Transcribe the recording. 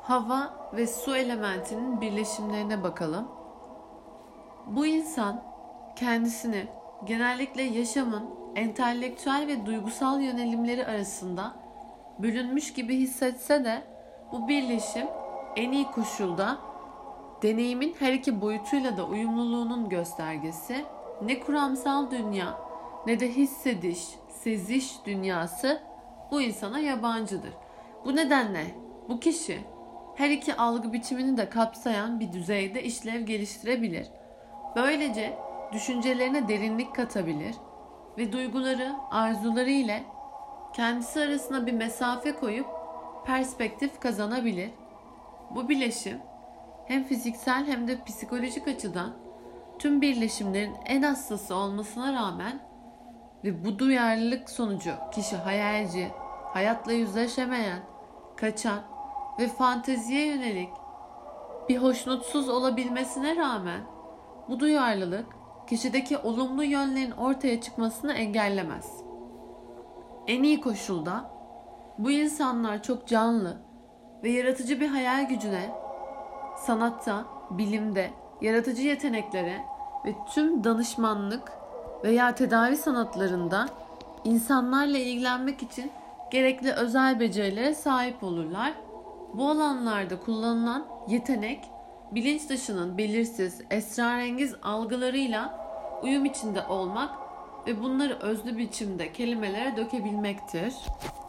hava ve su elementinin birleşimlerine bakalım. Bu insan kendisini genellikle yaşamın entelektüel ve duygusal yönelimleri arasında bölünmüş gibi hissetse de bu birleşim en iyi koşulda deneyimin her iki boyutuyla da uyumluluğunun göstergesi. Ne kuramsal dünya ne de hissediş, seziş dünyası bu insana yabancıdır. Bu nedenle bu kişi her iki algı biçimini de kapsayan bir düzeyde işlev geliştirebilir. Böylece düşüncelerine derinlik katabilir ve duyguları, arzuları ile kendisi arasına bir mesafe koyup perspektif kazanabilir. Bu bileşim hem fiziksel hem de psikolojik açıdan tüm birleşimlerin en hastası olmasına rağmen ve bu duyarlılık sonucu kişi hayalci, hayatla yüzleşemeyen, kaçan ve fanteziye yönelik bir hoşnutsuz olabilmesine rağmen bu duyarlılık kişideki olumlu yönlerin ortaya çıkmasını engellemez. En iyi koşulda bu insanlar çok canlı ve yaratıcı bir hayal gücüne, sanatta, bilimde, yaratıcı yeteneklere ve tüm danışmanlık veya tedavi sanatlarında insanlarla ilgilenmek için gerekli özel becerilere sahip olurlar. Bu alanlarda kullanılan yetenek, bilinç dışının belirsiz, esrarengiz algılarıyla uyum içinde olmak ve bunları özlü biçimde kelimelere dökebilmektir.